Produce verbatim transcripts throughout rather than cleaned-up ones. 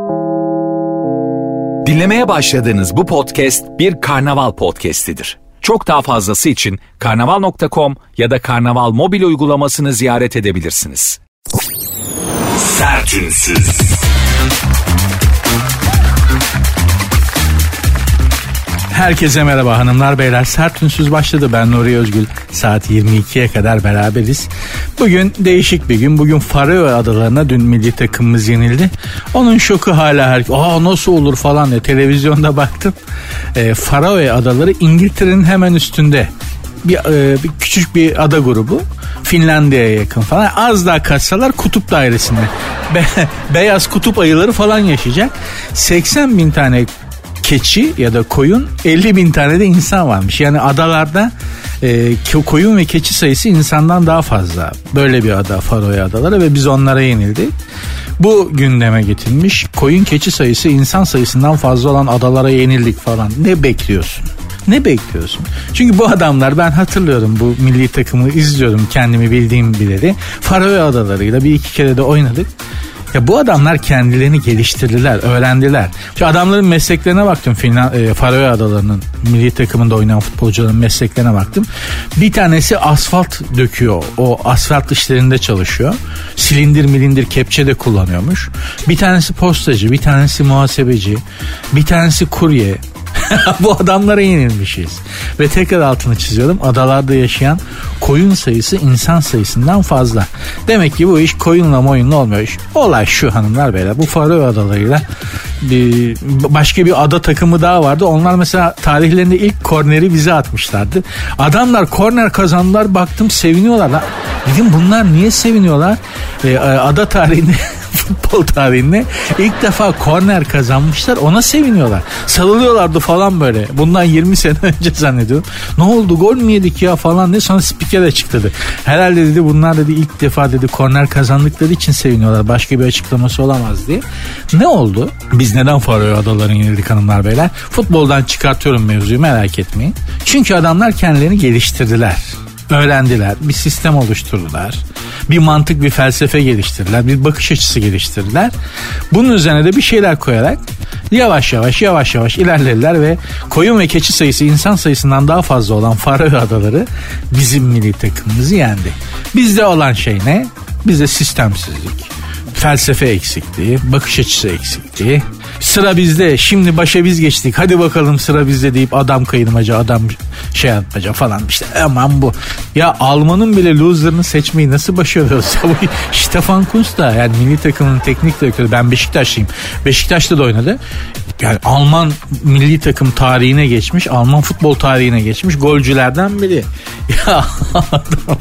Dinlemeye başladığınız bu podcast bir karnaval podcastidir. Çok daha fazlası için karnaval nokta com ya da karnaval mobil uygulamasını ziyaret edebilirsiniz. Sertünsüz. Herkese merhaba hanımlar beyler. Sertünsüz başladı. Ben Nuri Özgül. Saat yirmi ikiye kadar beraberiz. Bugün değişik bir gün. Bugün Faroe Adalarına dün milli takımımız yenildi. Onun şoku hala her... Aa nasıl olur falan diye televizyonda baktım. E, Faroe Adaları İngiltere'nin hemen üstünde. Bir, e, bir küçük bir ada grubu. Finlandiya'ya yakın falan. Az daha kaçsalar kutup dairesinde. Be, beyaz kutup ayıları falan yaşayacak. seksen bin tane keçi ya da koyun, elli bin tane de insan varmış. Yani adalarda e, koyun ve keçi sayısı insandan daha fazla. Böyle bir ada Faroe Adaları ve biz onlara yenildik. Bu gündeme getirilmiş. Koyun keçi sayısı insan sayısından fazla olan adalara yenildik falan. Ne bekliyorsun? Ne bekliyorsun? Çünkü bu adamlar, ben hatırlıyorum, bu milli takımı izliyorum kendimi bildiğim bileli. Faroe Adaları'yla bir iki kere de oynadık. Ya bu adamlar kendilerini geliştirdiler, öğrendiler. Şu adamların mesleklerine baktım. Finland, e, Faroe Adaları'nın milli takımında oynayan futbolcuların mesleklerine baktım. Bir tanesi asfalt döküyor. O asfalt işlerinde çalışıyor. Silindir milindir kepçe de kullanıyormuş. Bir tanesi postacı, bir tanesi muhasebeci, bir tanesi kurye. Bu adamlara yenilmişiz. Ve tekrar altını çiziyorum. Adalarda yaşayan koyun sayısı insan sayısından fazla. Demek ki bu iş koyunla moyunla olmuyor. Olay şu hanımlar beyler. Bu Faroe Adaları'yla bir, başka bir ada takımı daha vardı. Onlar mesela tarihlerinde ilk korneri bize atmışlardı. Adamlar korner kazandılar. Baktım seviniyorlar. Lan. Dedim bunlar niye seviniyorlar? Ee, ada tarihinde futbol tarihinde ilk defa korner kazanmışlar, ona seviniyorlar. Sarılıyorlardı falan böyle. Bundan yirmi sene önce zannediyorum. Ne oldu, gol mü yedik ya falan diye, sonra spiker açıkladı. Herhalde dedi bunlar dedi ilk defa dedi korner kazandıkları için seviniyorlar. Başka bir açıklaması olamaz diye. Ne oldu? Biz neden Faroe Adaları'na yenildik hanımlar beyler? Futboldan çıkartıyorum mevzuyu, merak etmeyin. Çünkü adamlar kendilerini geliştirdiler. Öğrendiler, bir sistem oluşturdular, bir mantık, bir felsefe geliştirdiler, bir bakış açısı geliştirdiler. Bunun üzerine de bir şeyler koyarak yavaş yavaş yavaş yavaş ilerlediler ve koyun ve keçi sayısı insan sayısından daha fazla olan Faroe Adaları bizim milli takımımızı yendi. Bizde olan şey ne? Bizde sistemsizlik, felsefe eksikliği, bakış açısı eksikliği. Sıra bizde, şimdi başa biz geçtik, hadi bakalım sıra bizde deyip adam kayırmaca, adam şey yapmaca falan, işte aman bu. Ya Alman'ın bile loser'ını seçmeyi nasıl başarıyoruz? Stefan Kuntz da, yani milli takımın teknik direktörü, ben Beşiktaşlıyım. Beşiktaş'ta da oynadı. Yani Alman milli takım tarihine geçmiş, Alman futbol tarihine geçmiş golcülerden biri. Ya adam.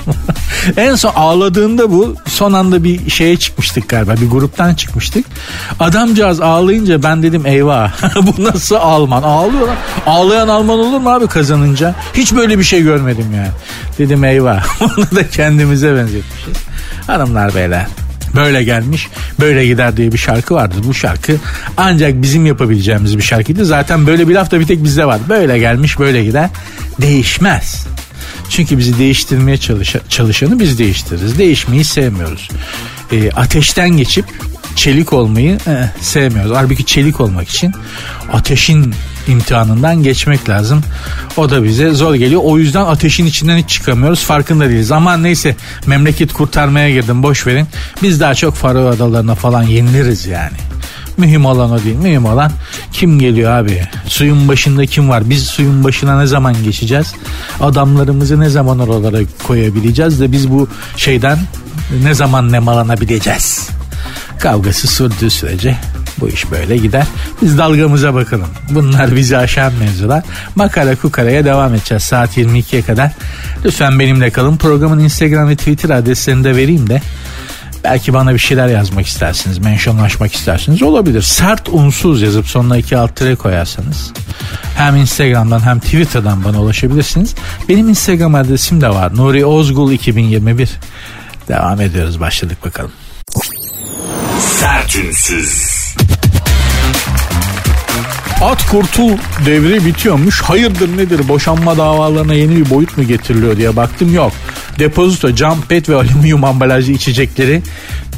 En son ağladığında bu, son anda bir şeye çıkmıştık galiba, bir gruptan çıkmıştık. Adamcağız ağlayınca ben dedim eyvah, bu nasıl Alman? Ağlıyor lan. Ağlayan Alman olur mu abi kazanınca? Hiç böyle bir şey görmedim yani. Dedim eyvah. Bunu da kendimize benzetmişiz. Hanımlar beyler, böyle gelmiş böyle gider diye bir şarkı vardır. Bu şarkı ancak bizim yapabileceğimiz bir şarkıydı. Zaten böyle bir laf da bir tek bizde var. Böyle gelmiş böyle gider, değişmez. Çünkü bizi değiştirmeye çalışa, çalışanı biz değiştiririz. Değişmeyi sevmiyoruz. E, ateşten geçip çelik olmayı e, sevmiyoruz. Halbuki çelik olmak için ateşin imtihanından geçmek lazım. O da bize zor geliyor. O yüzden ateşin içinden hiç çıkamıyoruz. Farkında değiliz. Ama neyse, memleket kurtarmaya girdim, boş verin. Biz daha çok Faroe Adalarına falan yeniliriz yani. Mühim olan o değil. Mühim olan kim geliyor abi? Suyun başında kim var? Biz suyun başına ne zaman geçeceğiz? Adamlarımızı ne zaman oralara koyabileceğiz de biz bu şeyden ne zaman nemalanabileceğiz? Kavgası sürdüğü sürece bu iş böyle gider. Biz dalgamıza bakalım. Bunlar bizi aşan mevzular. Makara kukaraya devam edeceğiz saat yirmi ikiye kadar. Lütfen benimle kalın. Programın Instagram ve Twitter adreslerini de vereyim de belki bana bir şeyler yazmak istersiniz, mentionlaşmak istersiniz, olabilir. Sert unsuz yazıp sonuna iki alt tire koyarsanız hem Instagram'dan hem Twitter'dan bana ulaşabilirsiniz. Benim Instagram adresim de var. Nuri Ozgul iki bin yirmi bir. Devam ediyoruz, başladık bakalım. Sertünsüz. At kurtul devri bitiyormuş. Hayırdır nedir, boşanma davalarına yeni bir boyut mu getiriliyor diye baktım, yok. Depozito, cam, pet ve alüminyum ambalajlı içecekleri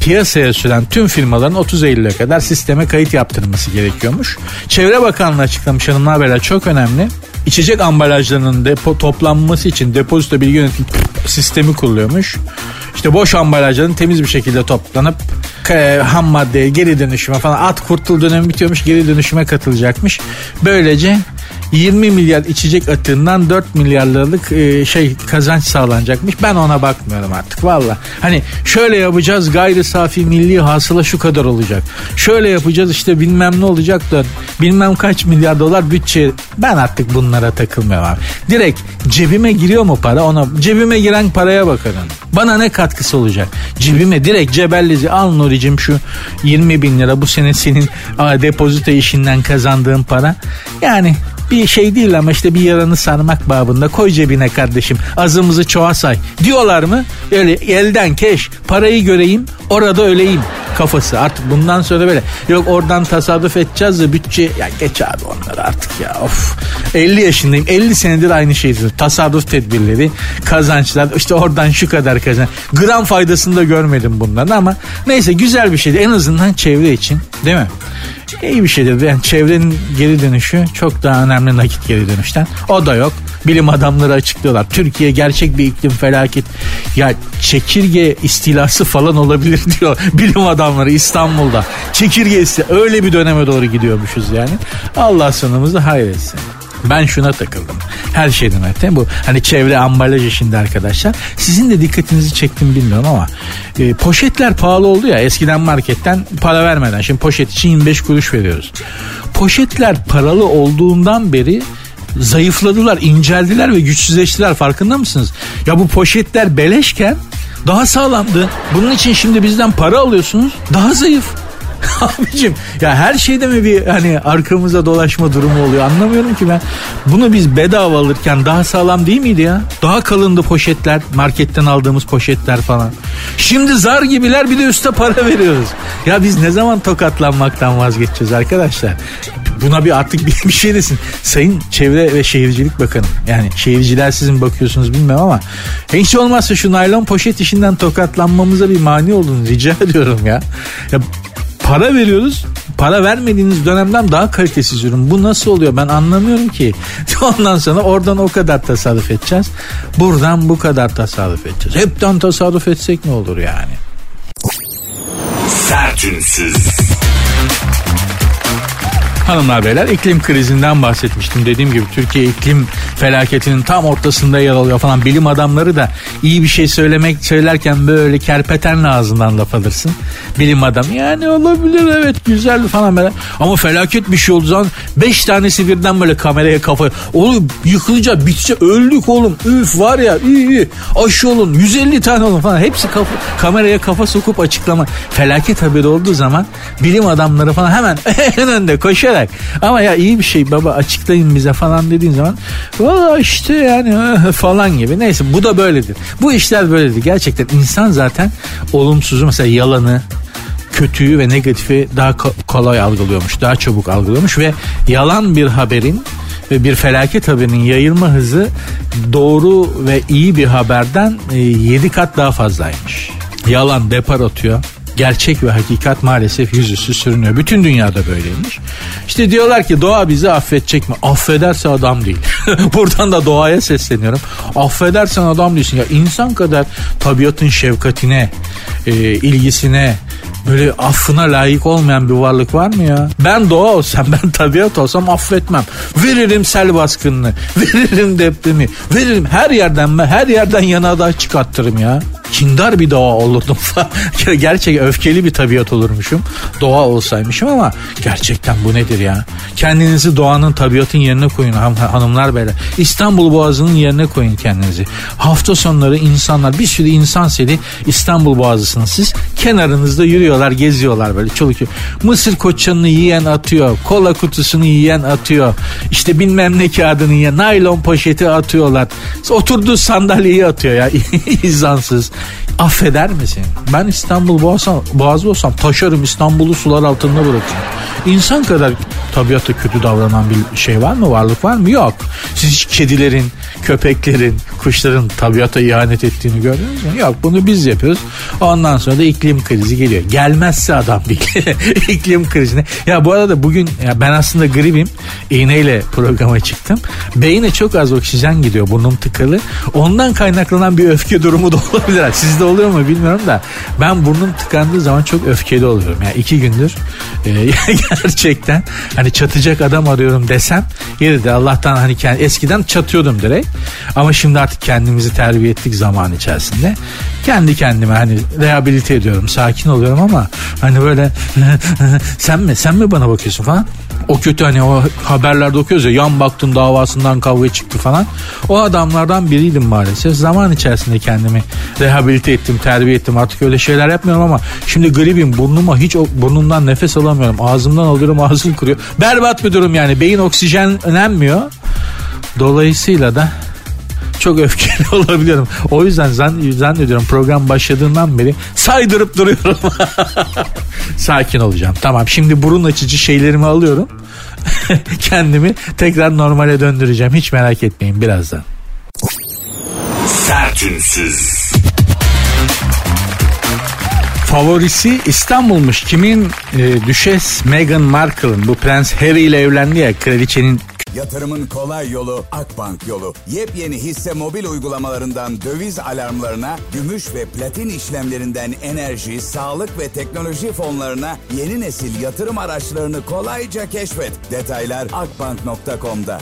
piyasaya süren tüm firmaların otuz Eylül'e kadar sisteme kayıt yaptırması gerekiyormuş. Çevre Bakanlığı açıklamış, hanımlar beyler, çok önemli. İçecek ambalajlarının depo toplanması için depozito bilgi yönetim sistemi kuruluyormuş. İşte boş ambalajların temiz bir şekilde toplanıp e, ham maddeye, geri dönüşüme falan, at kurtul dönemi bitiyormuş, geri dönüşüme katılacakmış. Böylece yirmi milyar içecek atığından dört milyar liralık e, şey kazanç sağlanacakmış. Ben ona bakmıyorum artık valla. Hani şöyle yapacağız, gayri safi milli hasıla şu kadar olacak. Şöyle yapacağız, işte bilmem ne olacak da bilmem kaç milyar dolar bütçe. Ben artık bunlara takılmıyorum abi. Direkt cebime giriyor mu para, ona cebime giren paraya bakarım. Bana ne katkısı olacak? Cebime direkt cebellizi al Nuri'cim, şu yirmi bin lira bu sene senin a, depozito işinden kazandığın para. Yani bir şey değil ama işte bir yaranı sarmak babında, koy cebine kardeşim, azımızı çoğa say diyorlar mı? Öyle elden keş, parayı göreyim orada öleyim kafası. Artık bundan sonra böyle yok oradan tasarruf edeceğiz de bütçe, ya geç abi onları artık ya, of. elli yaşındayım, elli senedir aynı şeydir. Tasarruf tedbirleri, kazançlar, işte oradan şu kadar kazanç, gram faydasını da görmedim bundan ama neyse, güzel bir şeydi en azından çevre için, değil mi? İyi bir şeydir. Yani çevrenin geri dönüşü çok daha önemli nakit geri dönüşten. O da yok. Bilim adamları açıklıyorlar. Türkiye gerçek bir iklim felaket. Ya çekirge istilası falan olabilir diyor bilim adamları İstanbul'da. Çekirge istilası. Öyle bir döneme doğru gidiyormuşuz yani. Allah sonumuzu hayretsin. Ben şuna takıldım. Her şeyden öte bu hani çevre ambalaj işinde arkadaşlar. Sizin de dikkatinizi çektim bilmiyorum ama e, poşetler pahalı oldu ya. Eskiden marketten para vermeden, şimdi poşet için yirmi beş kuruş veriyoruz. Poşetler paralı olduğundan beri zayıfladılar, inceldiler ve güçsüzleştiler, farkında mısınız? Ya bu poşetler beleşken daha sağlamdı. Bunun için şimdi bizden para alıyorsunuz, daha zayıf. Abicim ya her şeyde mi bir hani arkamıza dolaşma durumu oluyor, anlamıyorum ki ben. Bunu biz bedava alırken daha sağlam değil miydi ya? Daha kalındı poşetler, marketten aldığımız poşetler falan. Şimdi zar gibiler, bir de üste para veriyoruz. Ya biz ne zaman tokatlanmaktan vazgeçeceğiz arkadaşlar? Buna bir artık bir, bir şey desin. Sayın Çevre ve Şehircilik Bakanı, yani şehirciler sizin bakıyorsunuz bilmem ama hiç olmazsa şu naylon poşet işinden tokatlanmamıza bir mani olun rica ediyorum ya. Ya para veriyoruz. Para vermediğiniz dönemden daha kalitesiz ürün. Bu nasıl oluyor? Ben anlamıyorum ki. Ondan sonra oradan o kadar tasarruf edeceğiz. Buradan bu kadar tasarruf edeceğiz. Hepten tasarruf etsek ne olur yani? Sertünsüz. Hanımlar beyler, iklim krizinden bahsetmiştim. Dediğim gibi Türkiye iklim felaketinin tam ortasında yer alıyor falan. Bilim adamları da iyi bir şey söylemek söylerken böyle kerpetenle ağzından laf alırsın. Bilim adam yani olabilir, evet güzel falan böyle. Ama felaket bir şey olduğu zaman beş tanesi birden böyle kameraya kafa. Oğlum yıkılacak, bitecek, öldük oğlum. Üf var ya, iyi iyi. Aşı olun, yüz elli tane olun falan. Hepsi kafa, kameraya kafa sokup açıklama. Felaket haberi olduğu zaman bilim adamları falan hemen en önde koşarak. Ama ya iyi bir şey baba, açıklayın bize falan dediğin zaman valla işte yani falan gibi. Neyse, bu da böyledir. Bu işler böyledir. Gerçekten insan zaten olumsuzu, mesela yalanı, kötüyü ve negatifi daha kolay algılıyormuş, daha çabuk algılıyormuş ve yalan bir haberin ve bir felaket haberinin yayılma hızı doğru ve iyi bir haberden yedi kat daha fazlaymış. Yalan depar atıyor. Gerçek ve hakikat maalesef yüzüstü sürünüyor. Bütün dünyada böyleymiş. İşte diyorlar ki doğa bizi affedecek mi? Affederse adam değil. Buradan da doğaya sesleniyorum. Affedersen adam değilsin. Ya insan kadar tabiatın şefkatine, e, ilgisine, böyle affına layık olmayan bir varlık var mı ya? Ben doğa olsam, ben tabiat olsam affetmem. Veririm sel baskınını, veririm depremi, veririm her yerden, her yerden yanardağ çıkarttırım ya. Kindar bir doğa olurdum falan. Gerçek öfkeli bir tabiat olurmuşum. Doğa olsaymışım ama gerçekten bu nedir ya? Kendinizi doğanın, tabiatın yerine koyun hanımlar beyler. İstanbul Boğazı'nın yerine koyun kendinizi. Hafta sonları insanlar, bir sürü insan seli İstanbul Boğazı'nın siz kenarınızda yürüyorlar, geziyorlar böyle çoluk. Mısır koçanını yiyen atıyor. Kola kutusunu yiyen atıyor. İşte bilmem ne kağıdını yiyen, naylon poşeti atıyorlar. Oturduğu sandalyeyi atıyor ya. İzansız. Affeder misin? Ben İstanbul Boğazı, Boğazı olsam taşarım, İstanbul'u sular altında bırakırım. İnsan kadar tabiata kötü davranan bir şey var mı? Varlık var mı? Yok. Siz hiç kedilerin, köpeklerin, kuşların tabiata ihanet ettiğini gördünüz mü? Yok. Bunu biz yapıyoruz. Ondan sonra da iklim krizi geliyor. Gelmezse adam bir iklim krizine. Ya bu arada bugün ya ben aslında gripim. İğneyle programa çıktım. Beyine çok az oksijen gidiyor. Burnum tıkalı. Ondan kaynaklanan bir öfke durumu da olabilir. Sizde oluyor mu bilmiyorum da ben burnum tıkandığı zaman çok öfkeli oluyorum. Yani iki gündür e, gerçekten hani çatacak adam arıyorum desem yeri de Allah'tan hani kendi, eskiden çatıyordum direkt ama şimdi artık kendimizi terbiye ettik zaman içerisinde. Kendi kendime hani rehabilite ediyorum, sakin oluyorum ama hani böyle sen mi sen mi bana bakıyorsun falan. O kötü hani o haberlerde okuyoruz ya, yan baktın davasından kavga çıktı falan. O adamlardan biriydim maalesef. Zaman içerisinde kendimi rehabilite ettim, terbiye ettim. Artık öyle şeyler yapmıyorum ama şimdi gripim, burnuma hiç burnumdan nefes alamıyorum. Ağzımdan alıyorum, ağzım kuruyor. Berbat bir durum yani. Beyin oksijenlenmiyor. Dolayısıyla da çok öfkeli olabiliyorum. O yüzden zannediyorum program başladığından beri saydırıp duruyorum. Sakin olacağım. Tamam, şimdi burun açıcı şeylerimi alıyorum. Kendimi tekrar normale döndüreceğim. Hiç merak etmeyin birazdan. Sertünsüz. Favorisi İstanbul'muş. Kimin? E, Düşes Meghan Markle'ın. Bu Prens Harry ile evlendi ya, kraliçenin. Yatırımın kolay yolu Akbank yolu. Yepyeni hisse mobil uygulamalarından döviz alarmlarına, gümüş ve platin işlemlerinden enerji, sağlık ve teknoloji fonlarına yeni nesil yatırım araçlarını kolayca keşfet. Detaylar akbank nokta com'da.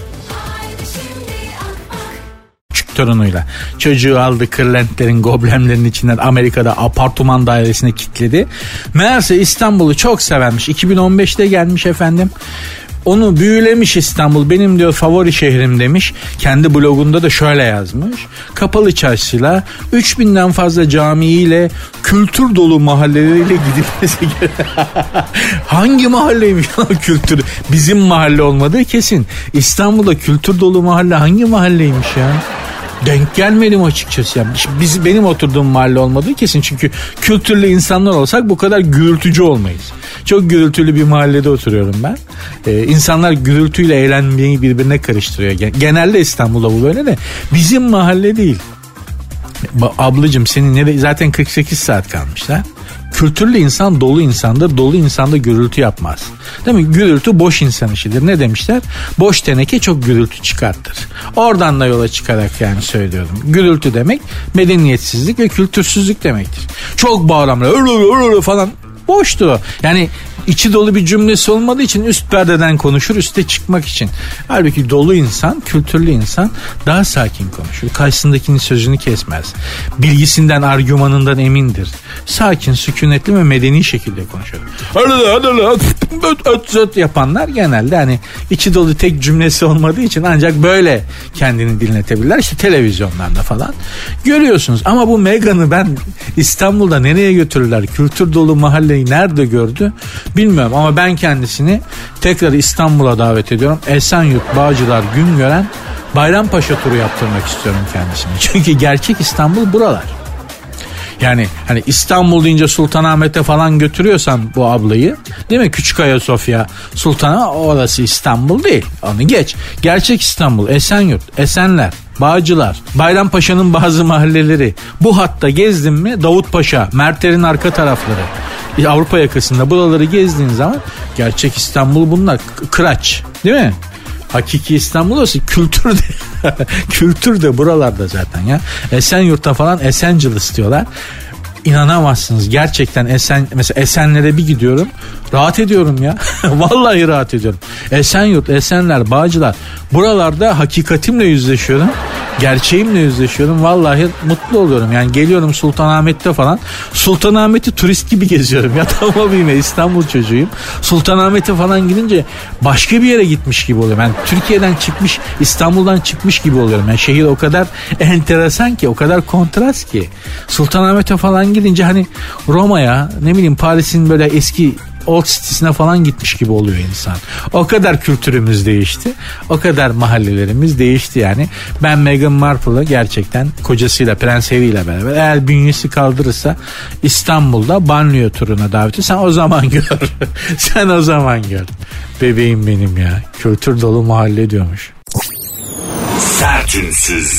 Torunuyla. Çocuğu aldı, kırlentlerin, goblemlerin içinden Amerika'da apartman dairesine kilitledi. Meğerse İstanbul'u çok severmiş. iki bin on beşte gelmiş efendim. Onu büyülemiş İstanbul. Benim diyor favori şehrim demiş. Kendi blogunda da şöyle yazmış. Kapalı çarşıyla, üç binden fazla camiyle, kültür dolu mahalleleriyle gidilmesi gerekiyor. Hangi mahalleymiş o kültür? Bizim mahalle olmadığı kesin. İstanbul'da kültür dolu mahalle hangi mahalleymiş ya? Denk gelmedim açıkçası. Yani biz, benim oturduğum mahalle olmadığı kesin. Çünkü kültürlü insanlar olsak bu kadar gürültücü olmayız. Çok gürültülü bir mahallede oturuyorum ben. Ee, insanlar gürültüyle eğlenmeyi birbirine karıştırıyor. Genelde İstanbul'da bu böyle de. Bizim mahalle değil. Ablacığım senin ne, zaten kırk sekiz saat kalmışlar. Kültürlü insan dolu insandır. Dolu insan da gürültü yapmaz. Değil mi? Gürültü boş insan işidir. Ne demişler? Boş teneke çok gürültü çıkartır. Oradan da yola çıkarak yani söylüyorum. Gürültü demek medeniyetsizlik ve kültürsüzlük demektir. Çok bağıramlar falan boştur o. Yani içi dolu bir cümlesi olmadığı için üst perdeden konuşur, üste çıkmak için. Halbuki dolu insan, kültürlü insan daha sakin konuşur. Karşısındakinin sözünü kesmez. Bilgisinden, argümanından emindir. Sakin, sükunetli ve medeni şekilde konuşur. Öt öt yapanlar genelde hani içi dolu tek cümlesi olmadığı için ancak böyle kendini dinletebilirler. İşte televizyonlarda falan görüyorsunuz. Ama bu Meghan'ı ben İstanbul'da nereye götürürler? Kültür dolu mahalleyi nerede gördü? Bilmiyorum ama ben kendisini tekrar İstanbul'a davet ediyorum. Esenyurt, Bağcılar, Güngören, Bayrampaşa turu yaptırmak istiyorum kendisine. Çünkü gerçek İstanbul buralar. Yani hani İstanbul deyince Sultanahmet'e falan götürüyorsan bu ablayı, değil mi? Küçük Ayasofya, Sultan'a, orası İstanbul değil. Onu geç. Gerçek İstanbul, Esenyurt, Esenler, Bağcılar, Bayrampaşa'nın bazı mahalleleri. Bu hatta gezdim mi Davutpaşa, Merter'in arka tarafları, Avrupa yakasında buraları gezdiğin zaman gerçek İstanbul bunlar. Kıraç, değil mi? Hakiki İstanbul olsa kültür de kültür de buralarda zaten ya. Esenyurt'ta falan Esenciles diyorlar. İnanamazsınız gerçekten. Esen, mesela Esenler'e bir gidiyorum, rahat ediyorum ya. Vallahi rahat ediyorum. Esenyurt, Esenler, Bağcılar, buralarda hakikatimle yüzleşiyorum. Gerçeğimle yüzleşiyorum. Vallahi mutlu oluyorum. Yani geliyorum Sultanahmet'te falan. Sultanahmet'i turist gibi geziyorum. Ya tamam bilme, İstanbul çocuğuyum. Sultanahmet'e falan gidince başka bir yere gitmiş gibi oluyorum. Yani Türkiye'den çıkmış, İstanbul'dan çıkmış gibi oluyorum. Yani şehir o kadar enteresan ki, o kadar kontrast ki. Sultanahmet'e falan gidince hani Roma'ya, ne bileyim Paris'in böyle eski Old City'sine falan gitmiş gibi oluyor insan. O kadar kültürümüz değişti. O kadar mahallelerimiz değişti yani. Ben Meghan Markle'ı gerçekten kocasıyla, Prens Harry ile beraber eğer bünyesi kaldırırsa İstanbul'da banliyö turuna davet et. Sen o zaman gör. Sen o zaman gör. Bebeğim benim ya. Kültür dolu mahalle diyormuş. Sertünsüz.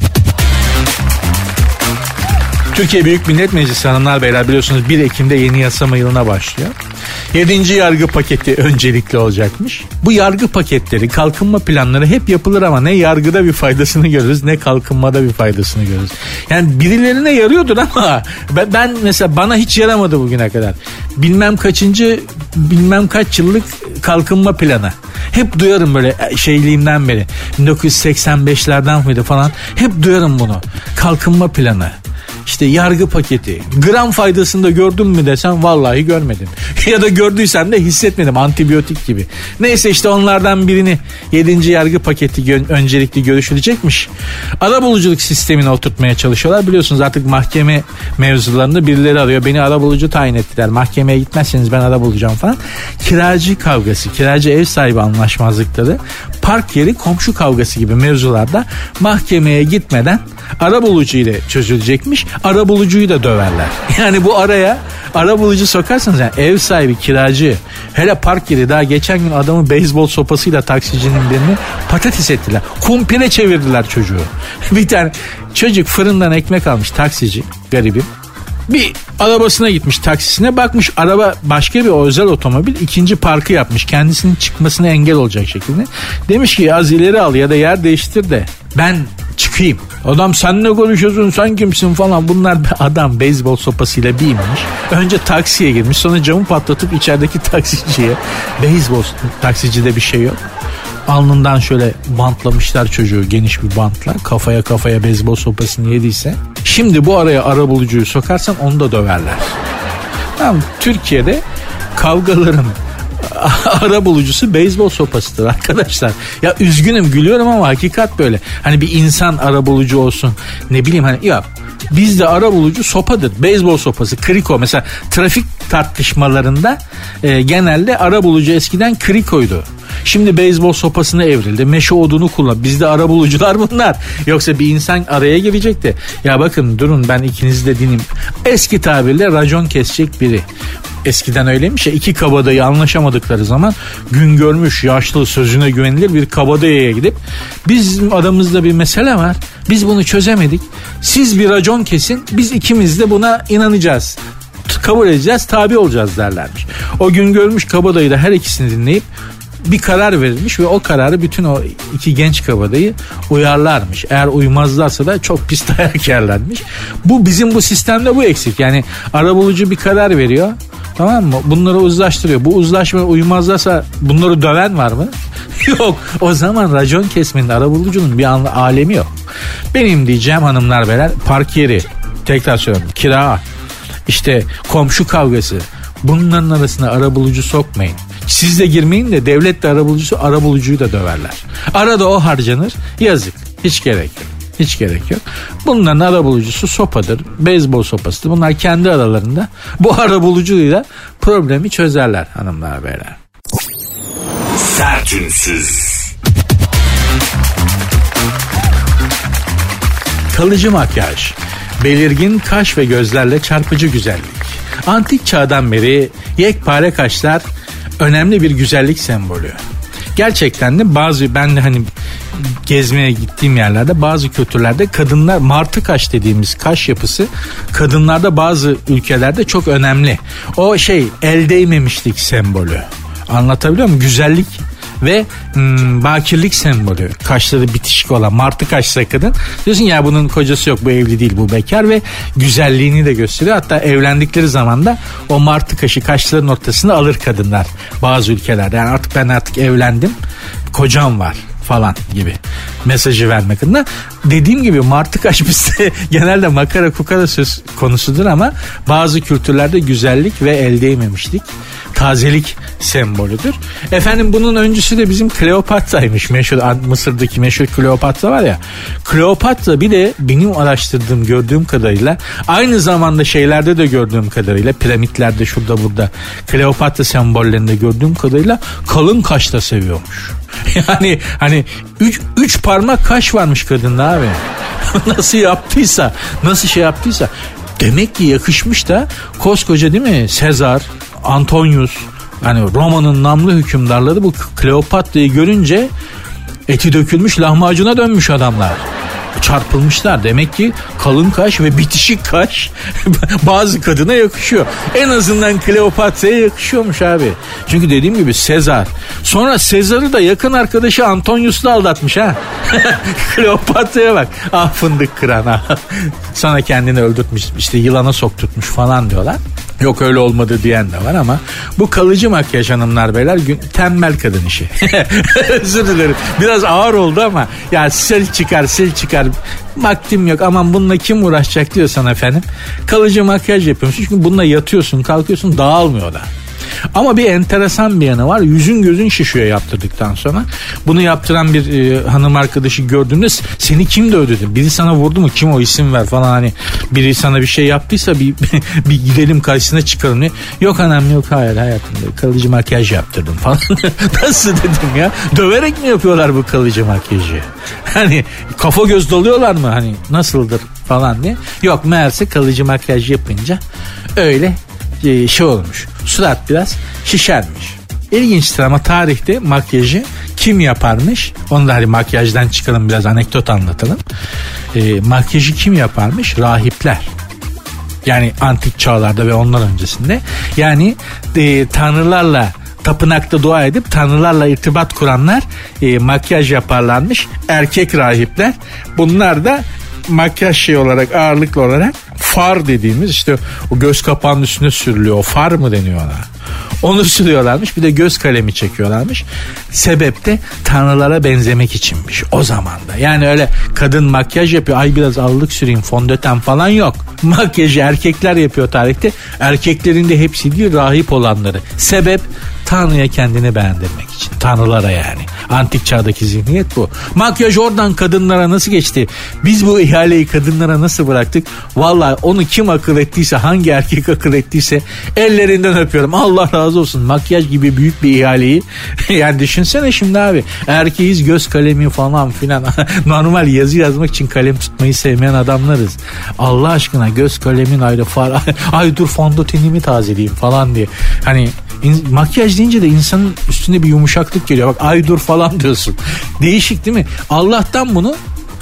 Türkiye Büyük Millet Meclisi hanımlar beyler biliyorsunuz bir Ekim'de yeni yasama yılına başlıyor. Yedinci yargı paketi öncelikli olacakmış. Bu yargı paketleri, kalkınma planları hep yapılır ama ne yargıda bir faydasını görürüz ne kalkınmada bir faydasını görürüz. Yani birilerine yarıyordur ama ben, ben mesela bana hiç yaramadı bugüne kadar. Bilmem kaçıncı, bilmem kaç yıllık kalkınma planı. Hep duyarım böyle şeyliğimden beri. bin dokuz yüz seksen beşlerden mıydı falan. Hep duyarım bunu. Kalkınma planı. İşte yargı paketi. Gram faydasını da gördün mü desem vallahi görmedim. Ya da gördüysem de hissetmedim, antibiyotik gibi. Neyse işte onlardan birini yedinci yargı paketi gö- öncelikli görüşülecekmiş. Arabuluculuk sistemine oturtmaya çalışıyorlar. Biliyorsunuz artık mahkeme mevzularında birileri arıyor. Beni arabulucu tayin ettiler. Mahkemeye gitmezseniz ben arabulacağım falan. Kiracı kavgası, kiracı ev sahibi anlaşmazlıkları, park yeri komşu kavgası gibi mevzularda mahkemeye gitmeden arabulucu ile çözülecekmiş. Arabulucuyu da döverler. Yani bu araya arabulucu sokarsanız yani ev sahibi, kiracı, hele park yeri, daha geçen gün adamı beyzbol sopasıyla taksicinin birini patates ettiler. Kumpire çevirdiler çocuğu. Bir tane çocuk fırından ekmek almış, taksici garibim. Bir arabasına gitmiş, taksisine bakmış, araba başka bir özel otomobil, ikinci parkı yapmış kendisinin çıkmasına engel olacak şekilde. Demiş ki az ileri al ya da yer değiştir de ben çıkayım. Adam sen ne konuşuyorsun, sen kimsin falan. Bunlar adam beyzbol sopasıyla bir inmiş. Önce taksiye girmiş, sonra camı patlatıp içerideki taksiciye, beyzbol taksicide bir şey yok, alnından şöyle bantlamışlar çocuğu, geniş bir bantla, kafaya kafaya beyzbol sopasını yediyse. Şimdi bu araya arabulucuyu sokarsan onu da döverler. Tamam, Türkiye'de kavgaların arabulucusu beyzbol sopasıdır arkadaşlar. Ya üzgünüm, gülüyorum ama hakikat böyle. Hani bir insan arabulucu olsun, ne bileyim hani ya bizde arabulucu sopadır. Beyzbol sopası, kriko. Mesela trafik tartışmalarında e, genelde arabulucu eskiden krikoydu. Şimdi beyzbol sopasına evrildi. Meşe odunu kullan. Bizde arabulucular bunlar. Yoksa bir insan araya girecekti. Ya bakın durun, ben ikinizi de dinleyeyim. Eski tabirle racon kesecek biri. Eskiden öyleymiş ya, iki kabadayı anlaşamadıkları zaman gün görmüş, yaşlı, sözüne güvenilir bir kabadayıya gidip bizim aramızda bir mesele var, biz bunu çözemedik, siz bir racon kesin, biz ikimiz de buna inanacağız, kabul edeceğiz, tabi olacağız derlermiş. O gün görmüş kabadayı da her ikisini dinleyip bir karar verilmiş ve o kararı bütün o iki genç kabadayı uyarlarmış. Eğer uymazlarsa da çok pis dayak yerlermiş. Bu bizim bu sistemde bu eksik. Yani arabulucu bir karar veriyor, tamam mı? Bunları uzlaştırıyor. Bu uzlaşmaya uymazlarsa bunları döven var mı? Yok. O zaman racon kesmenin, arabulucunun bir anla, alemi yok. Benim diyeceğim hanımlar beyler, park yeri, tekrar söylüyorum, kira, işte komşu kavgası, bunların arasına arabulucu sokmayın. Siz de girmeyin de devlet de arabulucusu, arabulucuyu da döverler. Arada o harcanır. Yazık. Hiç gerek yok. Hiç gerek yok. Bunların arabulucusu sopadır, beyzbol sopasıdır. Bunlar kendi aralarında bu arabulucuyla problemi çözerler hanımlar beyler. Sertünsüz. Kalıcı makyaj, belirgin kaş ve gözlerle çarpıcı güzellik. Antik çağdan beri yekpare kaşlar önemli bir güzellik sembolü. Gerçekten de bazı, ben de hani gezmeye gittiğim yerlerde bazı kültürlerde kadınlar, martı kaş dediğimiz kaş yapısı kadınlarda bazı ülkelerde çok önemli. O şey, el değmemişlik sembolü. Anlatabiliyor muyum? Güzellik ve hmm, bakirlik sembolü. Kaşları bitişik olan martı kaşlı kadın. Diyorsun ya bunun kocası yok, bu evli değil, bu bekar ve güzelliğini de gösteriyor. Hatta evlendikleri zaman da o martı kaşı kaşların ortasına alır kadınlar bazı ülkelerde. Yani artık ben artık evlendim, kocam var falan gibi. mesajı vermek adına. Dediğim gibi martı kaç bizde genelde makara kukara söz konusudur ama bazı kültürlerde güzellik ve el değmemişlik, tazelik sembolüdür. Efendim bunun öncüsü de bizim Kleopatra'ymış. Meşhur Mısır'daki meşhur Kleopatra var ya. Kleopatra bir de benim araştırdığım, gördüğüm kadarıyla, aynı zamanda şeylerde de gördüğüm kadarıyla, piramitlerde şurada burada Kleopatra sembollerinde gördüğüm kadarıyla kalın kaş da seviyormuş. Yani hani üç, üç parmak kaş varmış kadında abi. Nasıl yaptıysa, nasıl şey yaptıysa. Demek ki yakışmış da koskoca değil mi? Sezar, Antonius, hani Roma'nın namlı hükümdarları bu Kleopatra'yı görünce eti dökülmüş lahmacuna dönmüş adamlar. Çarpılmışlar. Demek ki kalın kaş ve bitişik kaş bazı kadına yakışıyor. En azından Kleopatra'ya yakışıyormuş abi. Çünkü dediğim gibi Sezar. Sonra Sezar'ı da yakın arkadaşı Antonius'la aldatmış ha. Kleopatra'ya bak. Ah fındık kıran ha. Sonra kendini öldürtmüş. İşte yılana sokturtmuş falan diyorlar. Yok öyle olmadı diyen de var ama bu kalıcı makyaj hanımlar beyler gün, tembel kadın işi. Özür dilerim. Biraz ağır oldu ama ya sil çıkar sil çıkar vaktim yok aman bununla kim uğraşacak diyorsan efendim kalıcı makyaj yapıyorsun. Çünkü bununla yatıyorsun kalkıyorsun dağılmıyor da. Ama bir enteresan bir yanı var. Yüzün gözün şişiyor yaptırdıktan sonra. Bunu yaptıran bir e, hanım arkadaşı gördüğünde seni kim dövdü? Biri sana vurdu mu? Kim o, isim ver falan, hani biri sana bir şey yaptıysa bir bir gidelim karşısına çıkalım diye. Yok anam yok hayır hayatımda kalıcı makyaj yaptırdım falan. Nasıl dedim ya? Döverek mi yapıyorlar bu kalıcı makyajı? Hani kafa göz doluyorlar mı? Hani nasıldır falan diye. Yok meğerse kalıcı makyaj yapınca öyle şey olmuş. Surat biraz şişermiş. İlginçtir ama tarihte makyajı kim yaparmış? Onu da hani makyajdan çıkalım, biraz anekdot anlatalım. E, makyajı kim yaparmış? Rahipler. Yani antik çağlarda ve onlar öncesinde. Yani e, tanrılarla tapınakta dua edip tanrılarla irtibat kuranlar e, makyaj yaparlarmış. Erkek rahipler. Bunlar da makyaj şey olarak, ağırlıklı olarak far dediğimiz, işte o göz kapağının üstüne sürülüyor. O far mı deniyor ona? Onu sürüyorlarmış. Bir de göz kalemi çekiyorlarmış. Sebep de tanrılara benzemek içinmiş o zaman da. Yani öyle kadın makyaj yapıyor, ay biraz allık süreyim, fondöten falan yok. Makyajı erkekler yapıyor tarihte. Erkeklerin de hepsi değil, rahip olanları. Sebep Tanrı'ya kendini beğendirmek için. Tanrılara yani. Antik çağdaki zihniyet bu. Makyaj oradan kadınlara nasıl geçti? Biz bu ihaleyi kadınlara nasıl bıraktık? Vallahi onu kim akıl ettiyse, hangi erkek akıl ettiyse ellerinden öpüyorum. Allah razı olsun. Makyaj gibi büyük bir ihaleyi yani düşünsene şimdi abi. Erkeğiz, göz kalemi falan filan. Normal yazı yazmak için kalem tutmayı sevmeyen adamlarız. Allah aşkına göz kalemin ayrı, far. Ay dur fondötenimi tazeleyeyim falan diye. Hani İn, makyaj deyince de insanın üstüne bir yumuşaklık geliyor. Bak ay dur falan diyorsun. Değişik değil mi? Allah'tan bunu,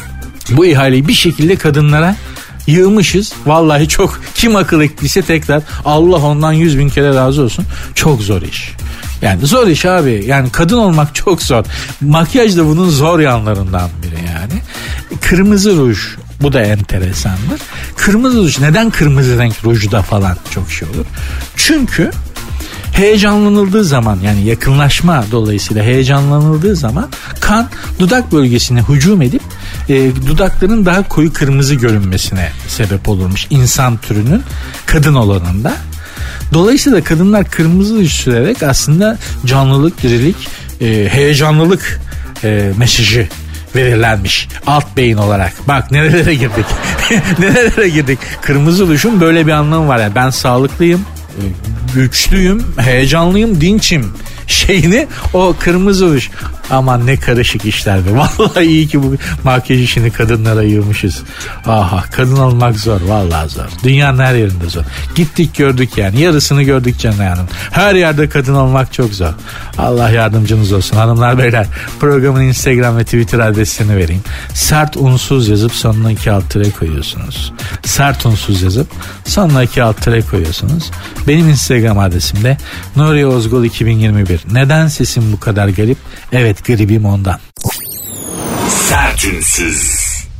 bu ihaleyi bir şekilde kadınlara yığmışız. Vallahi çok, kim akıl ettiyse tekrar Allah ondan yüz bin kere razı olsun. Çok zor iş. Yani zor iş abi. Yani kadın olmak çok zor. Makyaj da bunun zor yanlarından biri yani. Kırmızı ruj. Bu da enteresandır. Kırmızı ruj. Neden kırmızı renk rujda falan çok şey olur? Çünkü heyecanlanıldığı zaman, yani yakınlaşma dolayısıyla heyecanlanıldığı zaman kan dudak bölgesine hücum edip e, dudakların daha koyu kırmızı görünmesine sebep olurmuş insan türünün kadın olanında. Dolayısıyla kadınlar kırmızı ruj sürerek aslında canlılık, dirilik, e, heyecanlılık e, mesajı verirlermiş alt beyin olarak. Bak nerelere girdik. Nerelere girdik. Kırmızı rujun böyle bir anlamı var. Yani ben sağlıklıyım, güçlüyüm, heyecanlıyım, dinçim şeyini o kırmızı ruj. Aman ne karışık işler be. Vallahi iyi ki bu makyaj işini kadınlara ayırmışız. Aha, kadın olmak zor, vallahi zor. Dünyanın her yerinde zor. Gittik gördük yani. Yarısını gördük Canay Hanım. Her yerde kadın olmak çok zor. Allah yardımcınız olsun hanımlar beyler. Programın Instagram ve Twitter adresini vereyim. Sert unsuz yazıp sonuna iki alt tire koyuyorsunuz. Sert unsuz yazıp sonuna iki alt tire koyuyorsunuz. Benim Instagram adresim de Nuri Ozgul iki bin yirmi bir. Neden sesim bu kadar garip? Evet, gribim ondan. Sertünsüz.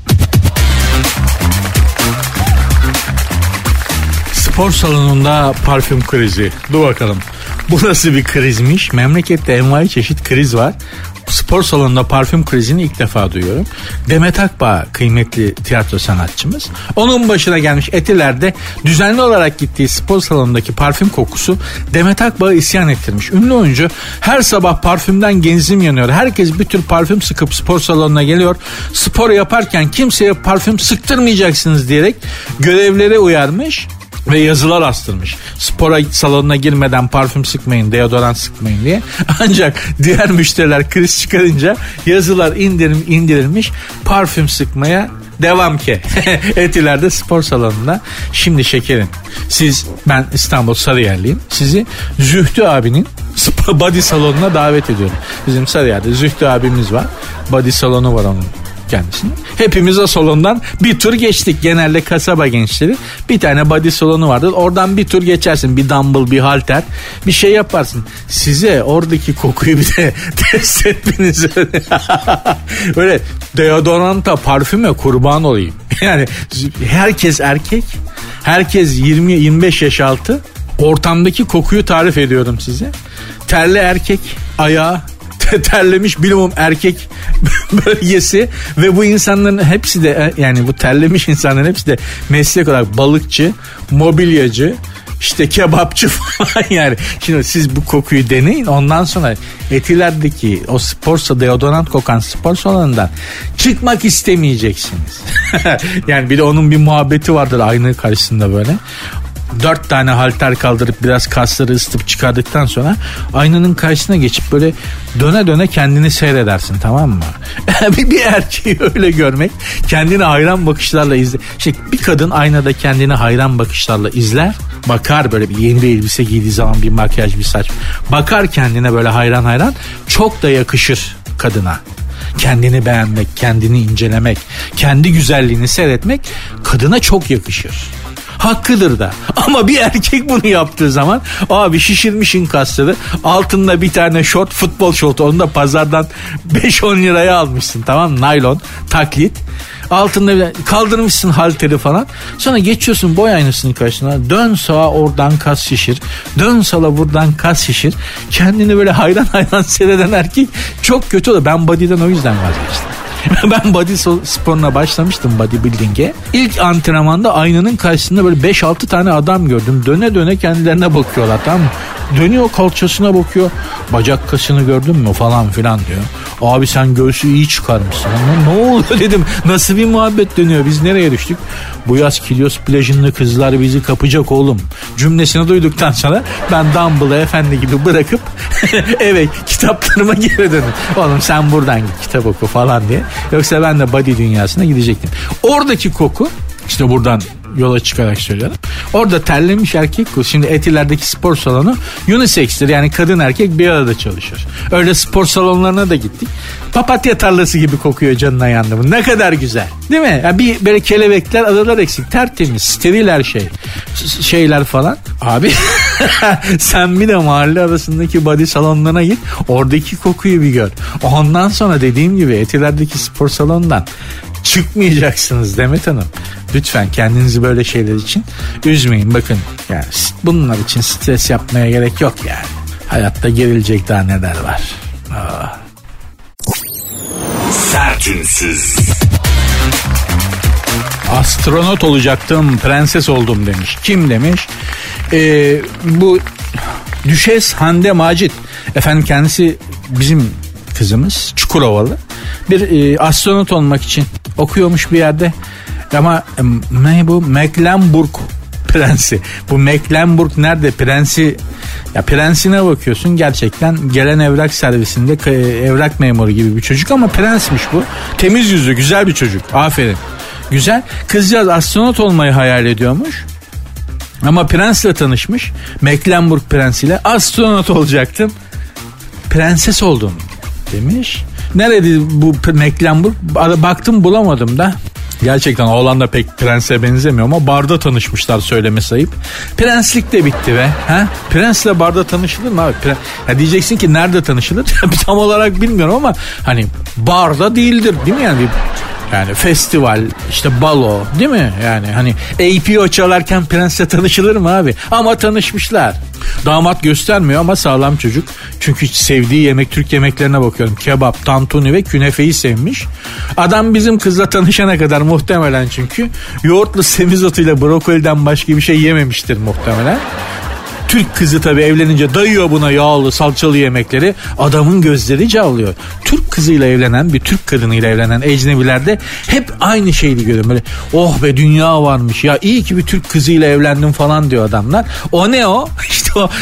Spor salonunda parfüm krizi. Dur bakalım. Bu nasıl bir krizmiş? Memlekette envai çeşit kriz var. spor salonunda parfüm krizini ilk defa duyuyorum. Demet Akbağ kıymetli tiyatro sanatçımız. Onun başına gelmiş Etiler'de düzenli olarak gittiği spor salonundaki parfüm kokusu Demet Akbağ'ı isyan ettirmiş. Ünlü oyuncu her sabah parfümden genzim yanıyor. Herkes bir tür parfüm sıkıp spor salonuna geliyor. Spor yaparken kimseye parfüm sıktırmayacaksınız diyerek görevlere uyarmış ve yazılar astırmış. Spora salonuna girmeden parfüm sıkmayın, deodorant sıkmayın diye. Ancak diğer müşteriler kriz çıkarınca yazılar indirim indirilmiş. Parfüm sıkmaya devam ki. Etiler'de spor salonunda. Şimdi şekerim, siz, ben İstanbul Sarıyerliyim. Sizi Zühtü abinin body salonuna davet ediyorum. Bizim Sarıyer'de Zühtü abimiz var. Body salonu var onun kendisine. Hepimiz o salondan bir tur geçtik. Genelde kasaba gençleri bir tane body salonu vardır. Oradan bir tur geçersin. Bir dumbbell, bir halter, bir şey yaparsın. Size oradaki kokuyu bir de test etmeniz böyle deodoranta, parfüme kurban olayım. Yani herkes erkek, herkes yirmi yirmi beş yaş altı. Ortamdaki kokuyu tarif ediyorum size. Terli erkek ayağı, terlemiş bilumum erkek bölgesi ve bu insanların hepsi de, yani bu terlemiş insanların hepsi de meslek olarak balıkçı, mobilyacı, işte kebapçı falan yani. Şimdi siz bu kokuyu deneyin, ondan sonra Etiler'deki o spor deodorant kokan spor salonundan çıkmak istemeyeceksiniz. Yani bir de onun bir muhabbeti vardır ayna karşısında böyle. Dört tane halter kaldırıp biraz kasları ısıtıp çıkardıktan sonra aynanın karşısına geçip böyle döne döne kendini seyredersin, tamam mı? Bir erkeği öyle görmek, kendini hayran bakışlarla izle. İşte bir kadın aynada kendini hayran bakışlarla izler, bakar böyle bir yeni bir elbise giydiği zaman, bir makyaj, bir saç, bakar kendine böyle hayran hayran, çok da yakışır kadına. Kendini beğenmek, kendini incelemek, kendi güzelliğini seyretmek kadına çok yakışır. Hakkıdır da. Ama bir erkek bunu yaptığı zaman abi şişirmişin kasları, altında bir tane şort, futbol şortu, onu da pazardan beş on liraya almışsın, tamam mı? Naylon, taklit. Altında bir kaldırmışsın halteri falan. Sonra geçiyorsun boy aynasının karşısına. Dön sağa, oradan kas şişir. Dön sola, buradan kas şişir. Kendini böyle hayran hayran seyreden erkek çok kötü olur. Ben body'den o yüzden vazgeçtim. Ben body sporuna başlamıştım, bodybuilding'e. İlk antrenmanda aynanın karşısında böyle beş altı tane adam gördüm. Döne döne kendilerine bakıyorlar, tamam mı? Dönüyor, kalçasına bakıyor. Bacak kasını gördün mü falan filan diyor. Abi sen göğsü iyi çıkarmışsın. Ne oluyor dedim. Nasıl bir muhabbet dönüyor? Biz nereye düştük? Bu yaz Kilyos plajında kızlar bizi kapacak oğlum cümlesini duyduktan sonra ben dumbbell'ı efendi gibi bırakıp eve kitaplarıma geri döndüm. Oğlum sen buradan git, kitap oku falan diye. Yoksa ben de body dünyasına gidecektim. Oradaki koku, işte buradan yola çıkarak söylüyorum. Orada terlemiş erkek kokusu. Şimdi Etiler'deki spor salonu unisex'tir. Yani kadın erkek bir arada çalışır. Öyle spor salonlarına da gittik. Papatya tarlası gibi kokuyor, canına yandı. Ne kadar güzel. Değil mi? Yani bir böyle kelebekler, arılar eksik. Tertemiz, steril her şey. Şeyler falan. Abi sen bir de mahalle arasındaki body salonlarına git. Oradaki kokuyu bir gör. Ondan sonra dediğim gibi Etiler'deki spor salonundan çıkmayacaksınız Demet Hanım. Lütfen kendinizi böyle şeyler için üzmeyin. Bakın yani bunlar için stres yapmaya gerek yok yani. Hayatta gerilecek daha neler var. Aa. Sertünsüz. Astronot olacaktım, prenses oldum demiş. Kim demiş? Ee, bu Düşes Hande Macit. Efendim kendisi bizim kızımız, Çukurovalı. Bir e, astronot olmak için okuyormuş bir yerde. Ama ne bu? Mecklenburg prensi. Bu Mecklenburg nerede? Prensi, ya prensine bakıyorsun, gerçekten gelen evrak servisinde evrak memuru gibi bir çocuk ama prensmiş bu. Temiz yüzlü, güzel bir çocuk. Aferin. Güzel. Kızcağız astronot olmayı hayal ediyormuş. Ama prensle tanışmış. Mecklenburg prensiyle astronot olacaktım. Prenses oldum demiş. Nerede bu Mecklenburg? Baktım bulamadım da. Gerçekten oğlan da pek prense benzemiyor ama barda tanışmışlar, söylemesi ayıp. Prenslik de bitti be. Ha? Prensle barda tanışılır mı abi? Pre- ya diyeceksin ki nerede tanışılır? Tam olarak bilmiyorum ama hani barda değildir değil mi yani? Yani festival, işte balo, değil mi? Yani hani A P O çalarken prensle tanışılır mı abi? Ama tanışmışlar. Damat göstermiyor ama sağlam çocuk. Çünkü sevdiği yemek, Türk yemeklerine bakıyorum. Kebap, tantuni ve künefeyi sevmiş. Adam bizim kızla tanışana kadar muhtemelen çünkü yoğurtlu semizotuyla brokoliden başka bir şey yememiştir muhtemelen. Türk kızı tabii evlenince dayıyor buna yağlı salçalı yemekleri. Adamın gözleri cavlıyor. Türk kızıyla evlenen, bir Türk kadınıyla evlenen ecnebilerde hep aynı şeyi görüyorum. Böyle oh be dünya varmış ya, iyi ki bir Türk kızıyla evlendim falan diyor adamlar. O ne o? İşte o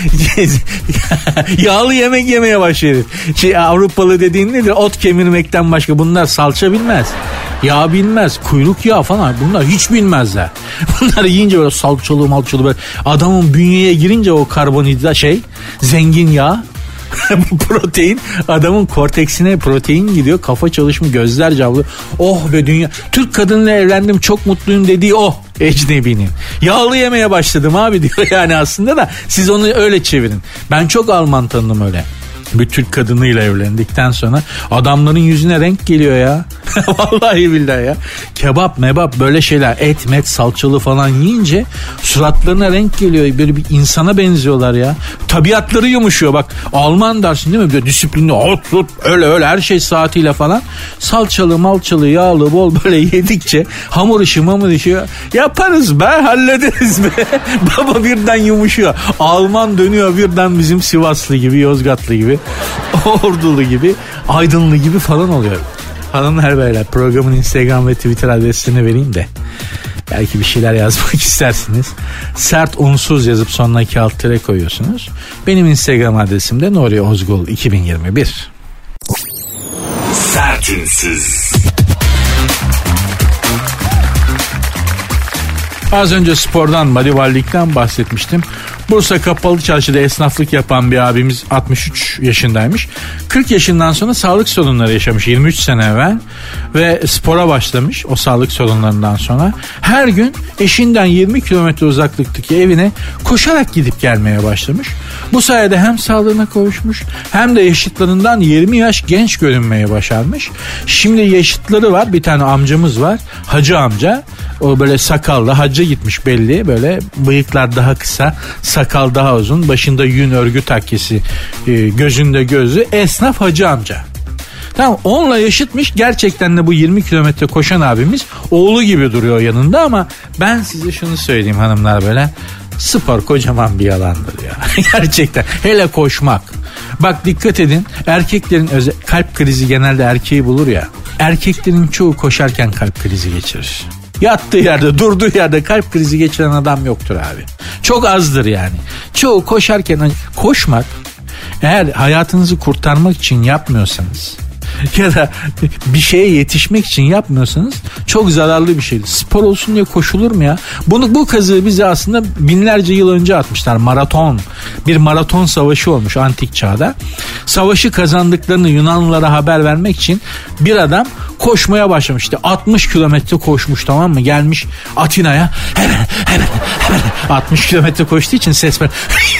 yağlı yemek yemeye başlıyor. Şey, Avrupalı dediğin nedir? Ot kemirmekten başka bunlar salça bilmez. Yağ bilmez. Kuyruk yağı falan bunlar hiç bilmezler. Bunları yiyince böyle salçalı malçalı böyle adamın bünyeye girince o karbonhidrat şey zengin yağ bu protein adamın korteksine protein gidiyor, kafa çalışmıyor, gözler cavlı. Oh be dünya, Türk kadınla evlendim çok mutluyum dediği o ecnebinin. Yağlı yemeye başladım abi diyor yani aslında da siz onu öyle çevirin. Ben çok Alman tanıdım öyle. Bir Türk kadınıyla evlendikten sonra adamların yüzüne renk geliyor ya. Vallahi billahi ya. Kebap mebap böyle şeyler, et met salçalı falan yiyince suratlarına renk geliyor. Böyle bir insana benziyorlar ya. Tabiatları yumuşuyor bak. Alman dersin değil mi? Böyle disiplinli hot hot öyle öyle her şey saatiyle falan. Salçalı malçalı yağlı bol böyle yedikçe hamur işi mamur işi yaparız be, hallederiz be. Baba birden yumuşuyor. Alman dönüyor birden bizim Sivaslı gibi, Yozgatlı gibi, Ordulu gibi, Aydınlı gibi falan oluyor. Hanımlar beyler, programın Instagram ve Twitter adresini vereyim de belki bir şeyler yazmak istersiniz. Sert unsuz yazıp sonuna iki alt tere koyuyorsunuz. Benim Instagram adresim de Nuri Ozgul iki bin yirmi bir. Sert unsuz. Az önce spordan, bodybuilding'den bahsetmiştim. Bursa Kapalı Çarşı'da esnaflık yapan bir abimiz altmış üç yaşındaymış. kırk yaşından sonra sağlık sorunları yaşamış yirmi üç sene evvel ve spora başlamış o sağlık sorunlarından sonra. Her gün eşinden yirmi kilometre uzaklıktaki evine koşarak gidip gelmeye başlamış. Bu sayede hem sağlığına kavuşmuş hem de yaşıtlarından yirmi yaş genç görünmeye başarmış. Şimdi yaşıtları var, bir tane amcamız var, hacı amca. O böyle sakallı, hacca gitmiş belli, böyle bıyıklar daha kısa, sakal daha uzun, başında yün örgü takkesi, gözünde gözü, esnaf hacı amca. Tamam, onunla yaşıtmış. Gerçekten de bu yirmi kilometre koşan abimiz oğlu gibi duruyor yanında ama ben size şunu söyleyeyim hanımlar böyle, spor kocaman bir yalandır ya. Gerçekten, hele koşmak. Bak dikkat edin, erkeklerin özel, kalp krizi genelde erkeği bulur ya. Erkeklerin çoğu koşarken kalp krizi geçirir. Yattığı yerde, durduğu yerde kalp krizi geçiren adam yoktur abi. Çok azdır yani. Çoğu koşarken, koşmak eğer hayatınızı kurtarmak için yapmıyorsanız ya da bir şeye yetişmek için yapmıyorsanız çok zararlı bir şeydir. Spor olsun diye koşulur mu ya? Bunu, bu kazığı bize aslında binlerce yıl önce atmışlar. Maraton. Bir maraton savaşı olmuş antik çağda. Savaşı kazandıklarını Yunanlılara haber vermek için bir adam koşmaya başlamış. İşte altmış kilometre koşmuş, tamam mı? Gelmiş Atina'ya. Hemen hemen hemen altmış kilometre koştuğu için ses ver.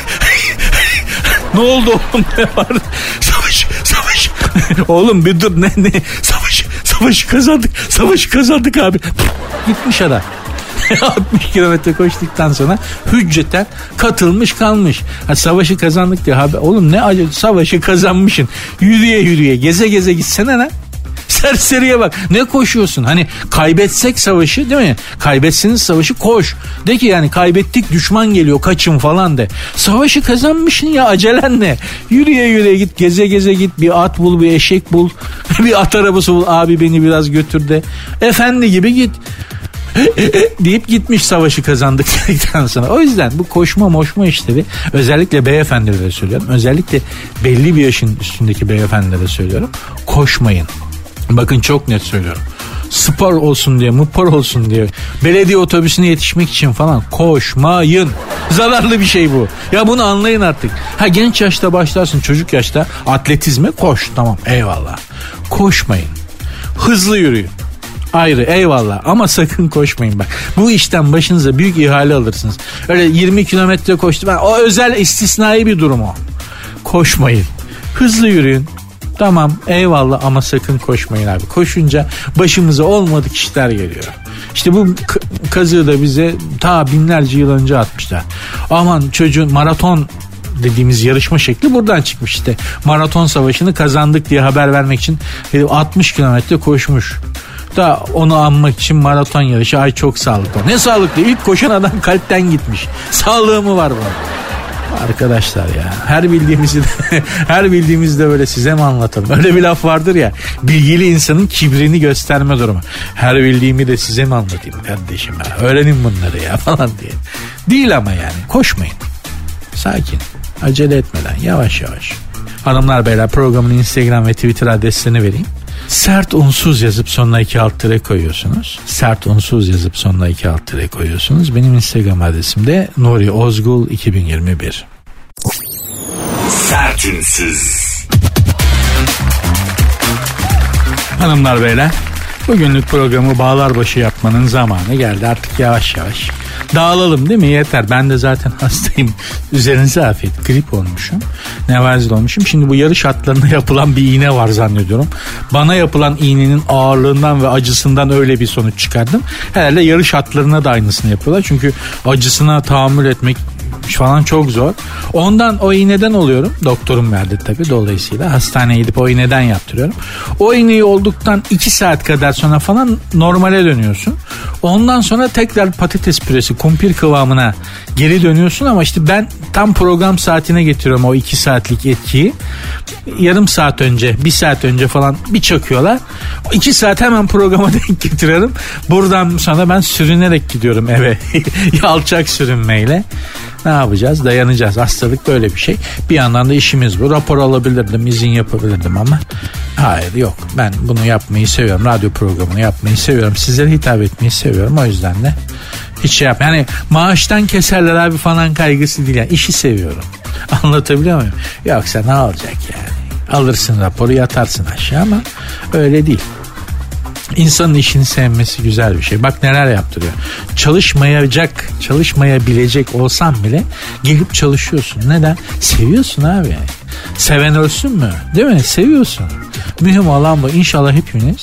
Ne oldu oğlum? Ne var? Savaş, savaş. Oğlum bir dur, ne ne? Savaş, savaşı kazandık. Savaşı kazandık abi. Gitmiş adam. altmış kilometre koştuktan sonra hücceten katılmış kalmış. Ha, savaşı kazandık diye abi. Oğlum ne acı, savaşı kazanmışsın. Yürüye yürüye, geze geze gitsene lan. Serseriye bak, ne koşuyorsun? Hani kaybetsek savaşı, değil mi? Kaybetseniz savaşı, koş. De ki yani kaybettik, düşman geliyor, kaçın falan de. Savaşı kazanmışsın ya, acelen ne? Yürüye yürüye git, geze geze git, bir at bul, bir eşek bul, bir at arabası bul, abi beni biraz götür de. Efendi gibi git. deyip gitmiş savaşı kazandık dedikten sonra. O yüzden bu koşma moşma işleri, özellikle beyefendilere söylüyorum. Özellikle belli bir yaşın üstündeki beyefendilere söylüyorum. Koşmayın. Bakın çok net söylüyorum. Spor olsun diye, mupor olsun diye, belediye otobüsüne yetişmek için falan koşmayın. Zararlı bir şey bu. Ya bunu anlayın artık. Ha, genç yaşta başlarsın, çocuk yaşta atletizme koş, tamam, eyvallah. Koşmayın. Hızlı yürüyün. Ayrı, eyvallah, ama sakın koşmayın bak. Bu işten başınıza büyük ihale alırsınız. Öyle yirmi kilometre koştu. O özel istisnai bir durum o. Koşmayın. Hızlı yürüyün. Tamam eyvallah ama sakın koşmayın abi. Koşunca başımıza olmadık işler geliyor. İşte bu k- kazığı da bize ta binlerce yıl önce atmışlar. Aman çocuğun maraton dediğimiz yarışma şekli buradan çıkmış işte. Maraton savaşını kazandık diye haber vermek için altmış kilometre koşmuş. Da onu anmak için maraton yarışı, ay çok sağlıklı. Ne sağlıklı? İlk koşan adam kalpten gitmiş. Sağlığı mı var bu? Arkadaşlar ya, her bildiğimizi de, her bildiğimizi de böyle size mi anlatalım? Öyle bir laf vardır ya, bilgili insanın kibrini gösterme durumu. Her bildiğimi de size mi anlatayım kardeşim ya? Öğrenin bunları ya falan diye. Değil ama yani, koşmayın. Sakin, acele etmeden, yavaş yavaş. Hanımlar beyler, programın Instagram ve Twitter adreslerini vereyim. Sert unsuz yazıp sonuna iki alt tire koyuyorsunuz. Sert unsuz yazıp sonuna iki alt tire koyuyorsunuz. Benim Instagram adresim de Nuri Ozgul iki bin yirmi bir. Sert unsuz. Hanımlar beyler, bugünlük programı Bağlarbaşı yapmanın zamanı geldi. Artık yavaş yavaş dağılalım değil mi? Yeter. Ben de zaten hastayım. Üzerinize afiyet. Grip olmuşum. Nevazil olmuşum. Şimdi bu yarış atlarına yapılan bir iğne var zannediyorum. Bana yapılan iğnenin ağırlığından ve acısından öyle bir sonuç çıkardım. Herhalde yarış atlarına da aynısını yapıyorlar. Çünkü acısına tahammül etmek falan çok zor. Ondan, o iğneden oluyorum. Doktorum verdi tabii, dolayısıyla hastaneye gidip o iğneden yaptırıyorum. O iğneyi olduktan iki saat kadar sonra falan normale dönüyorsun. Ondan sonra tekrar patates püresi, kumpir kıvamına geri dönüyorsun ama işte ben tam program saatine getiriyorum o iki saatlik etkiyi. Yarım saat önce, bir saat önce falan bir çakıyorlar. O iki saat hemen programa denk getiriyorum. Buradan sonra ben sürünerek gidiyorum eve. Alçak sürünmeyle. Ne yapacağız? Dayanacağız. Hastalık böyle bir şey. Bir yandan da işimiz bu. Rapor alabilirdim, izin yapabilirdim ama hayır, yok. Ben bunu yapmayı seviyorum. Radyo programını yapmayı seviyorum. Sizlere hitap etmeyi seviyorum. O yüzden de hiç şey yap. Yani maaştan keserler abi falan kaygısı değil. Yani işi seviyorum. Anlatabiliyor muyum? Yoksa ne olacak yani? Alırsın raporu, yatarsın aşağı ama öyle değil. İnsanın işini sevmesi güzel bir şey. Bak neler yaptırıyor. Çalışmayacak, çalışmayabilecek olsan bile gelip çalışıyorsun. Neden? Seviyorsun abi. Seven ölsün mü? Değil mi? Seviyorsun. Mühim olan bu. İnşallah hepiniz,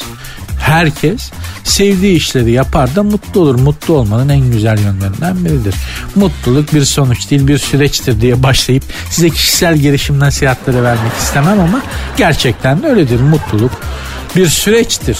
herkes sevdiği işleri yapar da mutlu olur. Mutlu olmanın en güzel yönlerinden biridir. Mutluluk bir sonuç değil, bir süreçtir diye başlayıp size kişisel gelişim nasihatleri vermek istemem ama gerçekten de öyledir. Mutluluk bir süreçtir.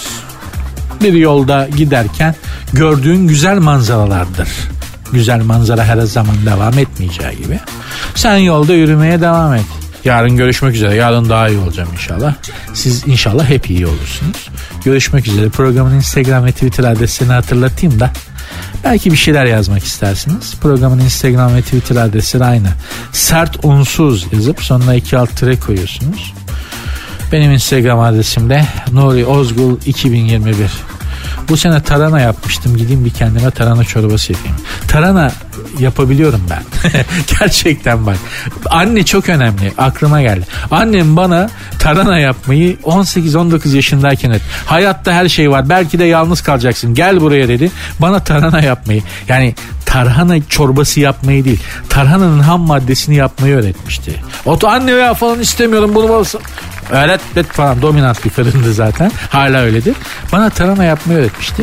Bir yolda giderken gördüğün güzel manzaralardır. Güzel manzara her zaman devam etmeyeceği gibi. Sen yolda yürümeye devam et. Yarın görüşmek üzere. Yarın daha iyi olacağım inşallah. Siz inşallah hep iyi olursunuz. Görüşmek üzere. Programın Instagram ve Twitter adresini hatırlatayım da belki bir şeyler yazmak istersiniz. Programın Instagram ve Twitter adresi aynı. Sert unsuz yazıp sonuna iki alt tire koyuyorsunuz. Benim Instagram adresim de Nuri Ozgul iki bin yirmi bir. Bu sene tarhana yapmıştım. Gideyim bir kendime tarhana çorbası yapayım. Tarhana yapabiliyorum ben. Gerçekten bak. Anne çok önemli. Aklıma geldi. Annem bana tarhana yapmayı on sekiz on dokuz yaşındayken öğretti. Hayatta her şey var. Belki de yalnız kalacaksın. Gel buraya dedi. Bana tarhana yapmayı, yani tarhana çorbası yapmayı değil, tarhananın ham maddesini yapmayı öğretmişti. O anne ya falan istemiyorum bunu olsun. Öğret falan, dominant bir kadındı zaten. Hala öyledir. Bana tarhana yapmayı öğretmişti.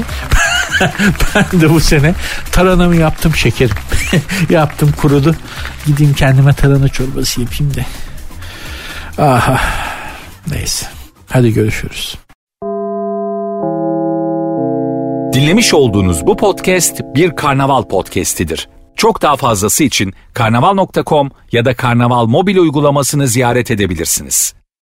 Ben de bu sene tarhanamı yaptım şekerim. Yaptım, kurudu. Gideyim kendime tarhana çorbası yapayım da. Aha. Neyse. Hadi görüşürüz. Dinlemiş olduğunuz bu podcast bir Karnaval podcastidir. Çok daha fazlası için karnaval nokta com ya da Karnaval mobil uygulamasını ziyaret edebilirsiniz.